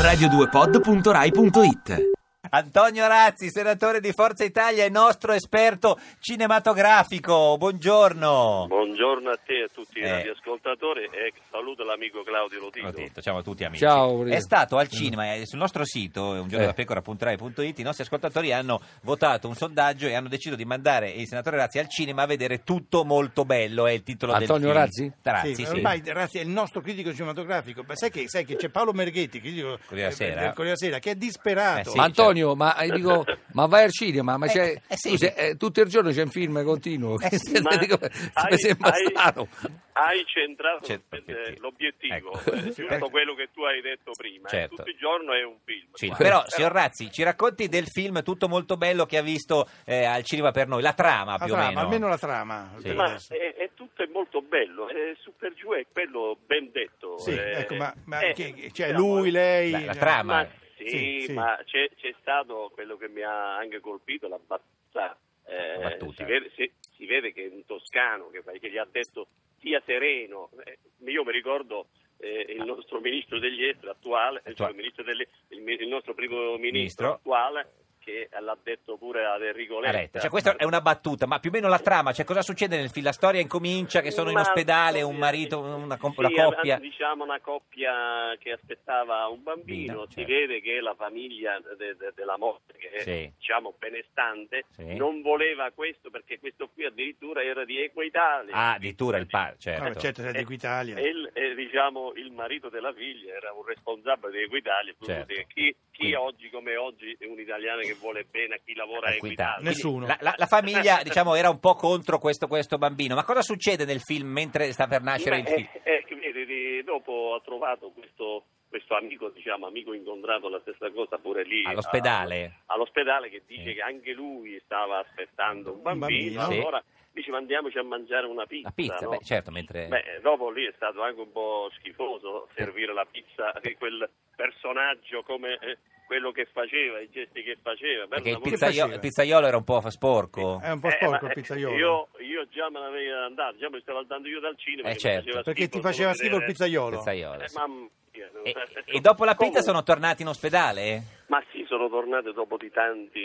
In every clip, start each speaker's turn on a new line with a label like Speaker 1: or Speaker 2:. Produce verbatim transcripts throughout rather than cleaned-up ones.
Speaker 1: radio due pod punto rai punto it.
Speaker 2: Antonio Razzi, senatore di Forza Italia e nostro esperto cinematografico. Buongiorno.
Speaker 3: Buongiorno a te e a tutti i
Speaker 2: Eh.
Speaker 3: radioascoltatori e saluto l'amico Claudio Lotito.
Speaker 2: L'ho detto, ciao a tutti amici.
Speaker 4: Ciao.
Speaker 2: È stato al cinema, eh, sul nostro sito, un giorno
Speaker 4: Eh.
Speaker 2: da pecora punto rai punto it, i nostri ascoltatori hanno votato un sondaggio e hanno deciso di mandare il senatore Razzi al cinema a vedere Tutto molto bello, è il titolo
Speaker 4: Antonio
Speaker 2: del film.
Speaker 4: Razzi?
Speaker 2: Razzi,
Speaker 5: Sì,
Speaker 2: sì.
Speaker 5: ormai Razzi è il nostro critico cinematografico. Ma sai che, sai che c'è Paolo Merghetti, critico
Speaker 2: Corriere
Speaker 5: eh,
Speaker 2: Sera.
Speaker 5: del Corriere Sera, che è disperato.
Speaker 2: Eh sì.
Speaker 4: Ma Antonio, ma eh, dico, ma vai al cinema, ma c'è,
Speaker 2: Eh, eh sì.
Speaker 4: scusi, eh, tutto il giorno c'è un film continuo.
Speaker 2: Eh sì,
Speaker 3: ma
Speaker 4: Dico,
Speaker 3: hai-
Speaker 4: mi sembra
Speaker 3: hai-
Speaker 4: strano.
Speaker 3: Hai centrato
Speaker 2: Certo,
Speaker 3: eh,
Speaker 2: l'obiettivo.
Speaker 3: l'obiettivo,
Speaker 2: Ecco.
Speaker 3: eh, giusto quello che tu hai detto prima. eh.
Speaker 2: Certo.
Speaker 3: Tutto il giorno è un film.
Speaker 2: Sì,
Speaker 3: Ma-
Speaker 2: però, signor Razzi, ci racconti del film Tutto molto bello che ha visto eh, al cinema per noi, la trama
Speaker 5: La
Speaker 2: più o
Speaker 5: trama,
Speaker 2: meno.
Speaker 5: almeno la trama.
Speaker 2: Sì.
Speaker 5: per
Speaker 3: Ma
Speaker 5: adesso.
Speaker 3: è, è tutto è molto bello, è su per giù è quello ben detto.
Speaker 5: Sì,
Speaker 3: eh,
Speaker 5: ecco, ma, ma
Speaker 3: eh,
Speaker 5: che- cioè
Speaker 3: diciamo,
Speaker 5: lui, lei...
Speaker 2: La, la
Speaker 5: cioè-
Speaker 2: trama.
Speaker 3: Ma sì,
Speaker 5: Sì, sì.
Speaker 3: ma c'è, c'è stato quello che mi ha anche colpito, la battuta. Eh,
Speaker 2: La battuta.
Speaker 3: Si, vede, si- si vede che è un toscano che, che gli ha detto sia sereno. Eh, io mi ricordo eh, il nostro ministro degli esteri attuale,
Speaker 2: Attua-
Speaker 3: cioè il, ministro delle- il, mi- il nostro primo ministro,
Speaker 2: Ministro.
Speaker 3: attuale, che l'ha detto pure ad Enrico
Speaker 2: Letta.
Speaker 3: Letta.
Speaker 2: Cioè, questa è una battuta, ma più o meno la trama, cioè cosa succede nel film? La storia incomincia che sono in
Speaker 3: Ma-
Speaker 2: ospedale, un marito, una, com-
Speaker 3: sì,
Speaker 2: una coppia.
Speaker 3: diciamo una coppia che aspettava un bambino,
Speaker 2: Bambino,
Speaker 3: si
Speaker 2: certo.
Speaker 3: vede che la famiglia de- de- della morte, che è
Speaker 2: Sì.
Speaker 3: diciamo benestante,
Speaker 2: Sì.
Speaker 3: non voleva questo perché questo qui addirittura era di Equitalia.
Speaker 2: Ah, addirittura il padre, certo.
Speaker 5: Vabbè, certo, sei di
Speaker 3: E-
Speaker 5: Equitalia.
Speaker 3: E il, e, diciamo il marito della figlia era un responsabile di Equitalia.
Speaker 2: Certo.
Speaker 3: Chi, chi
Speaker 2: Quindi-
Speaker 3: oggi come oggi è un italiano che vuole bene a chi lavora a
Speaker 2: Equitalia.
Speaker 3: Equitalia?
Speaker 5: Nessuno.
Speaker 2: La, la- la famiglia, diciamo, era un po' contro questo, questo bambino. Ma cosa succede nel film mentre sta per nascere il
Speaker 3: Beh,
Speaker 2: film?
Speaker 3: eh, eh, vedi, dopo ha trovato questo, questo amico, diciamo, amico incontrato la stessa cosa pure lì
Speaker 2: All'ospedale?
Speaker 3: a- all'ospedale che dice
Speaker 2: Sì.
Speaker 3: che anche lui stava aspettando un bambino,
Speaker 5: bambino.
Speaker 2: Sì.
Speaker 3: allora dice mandiamoci a mangiare una pizza.
Speaker 2: La pizza,
Speaker 3: no?
Speaker 2: beh, certo, mentre...
Speaker 3: Beh, dopo lì è stato anche un po' schifoso servire la pizza di quel personaggio come eh, quello che faceva, i gesti che faceva. Per
Speaker 2: Perché il,
Speaker 3: l'amor di
Speaker 2: pizzaio-
Speaker 5: faceva?
Speaker 2: il pizzaiolo era un po' sporco.
Speaker 5: È un po'
Speaker 3: Eh,
Speaker 5: sporco
Speaker 3: ma,
Speaker 5: il
Speaker 3: eh,
Speaker 5: pizzaiolo.
Speaker 3: Io, io già me l'avevo andato, già mi stavo andando io dal cinema.
Speaker 2: Eh,
Speaker 3: che mi
Speaker 2: certo.
Speaker 3: faceva
Speaker 5: Perché
Speaker 3: schifo
Speaker 5: ti faceva
Speaker 3: solo
Speaker 5: schifo il
Speaker 3: vedere-
Speaker 5: pizzaiolo.
Speaker 2: Pizzaiolo,
Speaker 3: Eh,
Speaker 2: sì.
Speaker 3: mamma mia,
Speaker 2: E,
Speaker 3: non-
Speaker 2: e dopo la pizza
Speaker 3: Comunque-
Speaker 2: sono tornati in ospedale?
Speaker 3: Ma sì, sono tornate dopo di tanti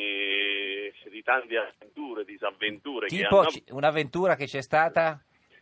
Speaker 3: di tante avventure, disavventure. che
Speaker 2: Tipo
Speaker 3: hanno-
Speaker 2: ci- un'avventura che c'è stata?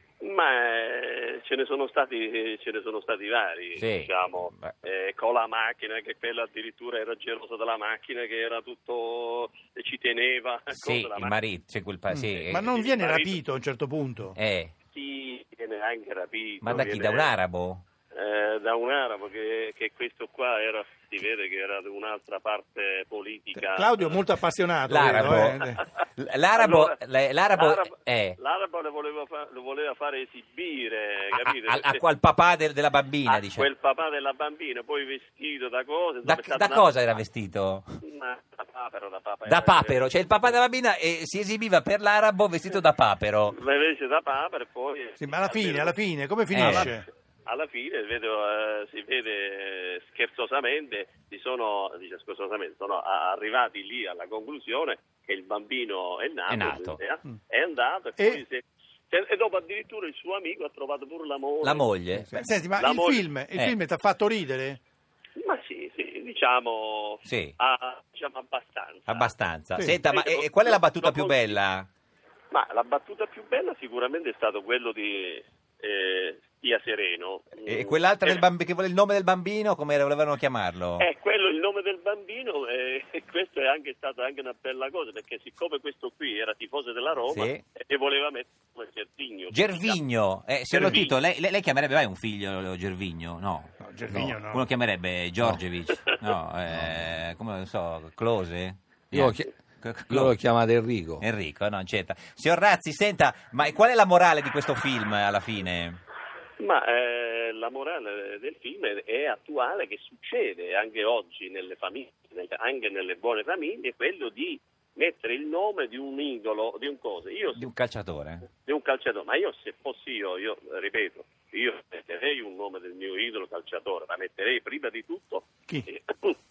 Speaker 3: Ma eh, ce ne sono stati ce ne sono stati vari,
Speaker 2: Sì.
Speaker 3: diciamo,
Speaker 2: Beh.
Speaker 3: eh, con la macchina, che quello addirittura era geloso della macchina, che era tutto e ci teneva.
Speaker 2: Sì,
Speaker 3: cosa, la
Speaker 2: il
Speaker 3: macchina-
Speaker 2: marito, c'è quel pa- sì,
Speaker 5: Mm. Ma
Speaker 2: eh,
Speaker 5: non
Speaker 3: il
Speaker 5: viene
Speaker 3: marito-
Speaker 5: rapito a un certo punto.
Speaker 2: eh,
Speaker 3: Sì, viene anche rapito.
Speaker 2: ma da chi?
Speaker 3: viene-
Speaker 2: Da un arabo?
Speaker 3: Eh, da un arabo che, che questo qua era, si vede che era di un'altra parte politica.
Speaker 5: Claudio è molto appassionato.
Speaker 2: L'arabo,
Speaker 5: vedo, eh.
Speaker 2: l'arabo,
Speaker 3: Allora,
Speaker 2: le- l'arabo,
Speaker 3: l'arabo-
Speaker 2: eh,
Speaker 3: L'arabo lo voleva, fa- lo voleva fare esibire,
Speaker 2: a-
Speaker 3: capite?
Speaker 2: a- a-
Speaker 3: Perché-
Speaker 2: al papà del- della bambina,
Speaker 3: a
Speaker 2: diciamo.
Speaker 3: quel papà della bambina, poi vestito da cose.
Speaker 2: Da,
Speaker 3: dove è stata
Speaker 2: da
Speaker 3: una-
Speaker 2: cosa era vestito?
Speaker 3: Ma da papero, da papero.
Speaker 2: Da papero, cioè il papà della bambina eh, si esibiva per l'arabo vestito da papero.
Speaker 3: Ma invece da papero e poi...
Speaker 5: Sì, ma alla fine, alla fine, come
Speaker 2: Eh.
Speaker 5: finisce?
Speaker 3: Alla fine vedo, eh, si vede eh, scherzosamente, si sono, dice scherzosamente, sono a- arrivati lì alla conclusione che il bambino è nato,
Speaker 2: È nato.
Speaker 3: è, è andato e,
Speaker 5: E-
Speaker 3: poi si- se- e dopo addirittura il suo amico ha trovato pure la moglie.
Speaker 2: La moglie?
Speaker 5: Beh, Senti, ma
Speaker 3: La
Speaker 5: il
Speaker 3: moglie-
Speaker 5: film, il
Speaker 2: Eh.
Speaker 5: film ti ha fatto ridere?
Speaker 3: Ma sì, sì, diciamo,
Speaker 2: Sì.
Speaker 3: ah, diciamo abbastanza.
Speaker 2: Abbastanza.
Speaker 5: Sì.
Speaker 2: Senta, ma
Speaker 3: Sì,
Speaker 2: e, e qual è la
Speaker 3: lo-
Speaker 2: battuta
Speaker 3: lo
Speaker 2: più
Speaker 3: consiglio.
Speaker 2: bella?
Speaker 3: Ma la battuta più bella sicuramente è stato quello di eh, Stia Sereno.
Speaker 2: E quell'altra
Speaker 3: Eh,
Speaker 2: del bambi- che vuole il nome del bambino, come volevano chiamarlo?
Speaker 3: È quello il nome del bambino eh, e questo è anche stata anche una bella cosa perché siccome questo qui era tifoso della Roma
Speaker 2: Sì.
Speaker 3: e voleva mettere come Gervigno.
Speaker 2: Gervigno, eh, signor
Speaker 3: Gervigno.
Speaker 2: Lotito, lei, lei, lei chiamerebbe mai un figlio Gervigno? No.
Speaker 5: No, Gervigno no.
Speaker 2: Come lo chiamerebbe? Giorgevic? No, eh, come lo so, Close?
Speaker 4: Io, lo
Speaker 2: Eh,
Speaker 4: chi-
Speaker 2: C- C-
Speaker 4: io l'ho chiamato Enrico.
Speaker 2: Enrico, no, c'entra. Signor Razzi, senta, ma qual è la morale di questo film alla fine?
Speaker 3: Ma eh, la morale del film è, è attuale, che succede anche oggi nelle famiglie, nelle- anche nelle buone famiglie, quello di mettere il nome di un idolo, di un cosa. Io,
Speaker 2: Di un calciatore?
Speaker 3: di un calciatore, ma io se fossi io, io ripeto, io metterei un nome del mio idolo calciatore, ma metterei prima di tutto,
Speaker 5: Chi?
Speaker 3: eh,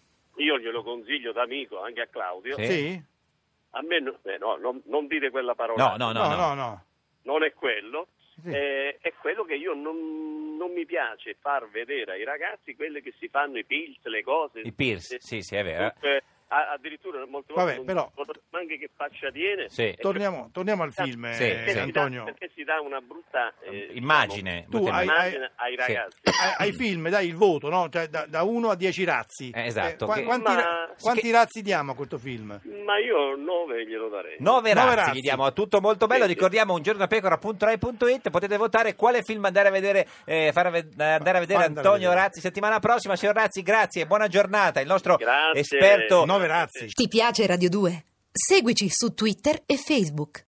Speaker 3: io glielo consiglio d'amico anche a Claudio,
Speaker 2: Sì.
Speaker 5: Sì?
Speaker 3: a me no- eh, no, non, non dire quella parola,
Speaker 2: No, no, no.
Speaker 5: No,
Speaker 2: no.
Speaker 5: no, no.
Speaker 3: non è quello,
Speaker 5: Sì.
Speaker 3: eh, è quello che io non, non mi piace far vedere ai ragazzi quelle che si fanno i pills, le cose.
Speaker 2: I Pierce, sì, sì, è vero.
Speaker 3: Tutte, a- addirittura molte
Speaker 5: Vabbè,
Speaker 3: volte
Speaker 5: però-
Speaker 3: non so anche che faccia tiene.
Speaker 2: Sì.
Speaker 3: E
Speaker 5: Torniamo, torniamo al film,
Speaker 2: Sì,
Speaker 5: eh,
Speaker 2: sì.
Speaker 3: si dà-
Speaker 5: Antonio.
Speaker 3: perché si dà una brutta eh,
Speaker 2: Immagine.
Speaker 5: Tu
Speaker 2: brutta
Speaker 5: hai-
Speaker 2: immagine.
Speaker 3: immagine ai
Speaker 2: Sì.
Speaker 3: ragazzi.
Speaker 5: Ai, ai film dai il voto, no? Cioè, da, da uno a dieci razzi.
Speaker 2: Eh, esatto,
Speaker 5: qua-
Speaker 2: che-
Speaker 5: quanti,
Speaker 3: Ma-
Speaker 5: ra- quanti
Speaker 2: che-
Speaker 5: razzi diamo a questo film?
Speaker 3: Ma io nove glielo darei.
Speaker 2: Nove
Speaker 5: Nove
Speaker 2: razzi,
Speaker 5: razzi.
Speaker 2: gli diamo tutto molto bello.
Speaker 3: Sì, sì.
Speaker 2: Ricordiamo un giorno da pecora punto rai punto it. Potete votare quale film andare a vedere, eh, far ave- andare a vedere
Speaker 5: Fa- andare
Speaker 2: Antonio
Speaker 5: a vedere.
Speaker 2: Razzi settimana prossima. Signor Razzi, grazie, buona giornata. Il nostro
Speaker 3: Grazie.
Speaker 2: esperto.
Speaker 5: Nove razzi.
Speaker 6: Ti piace Radio due? Seguici su Twitter e Facebook.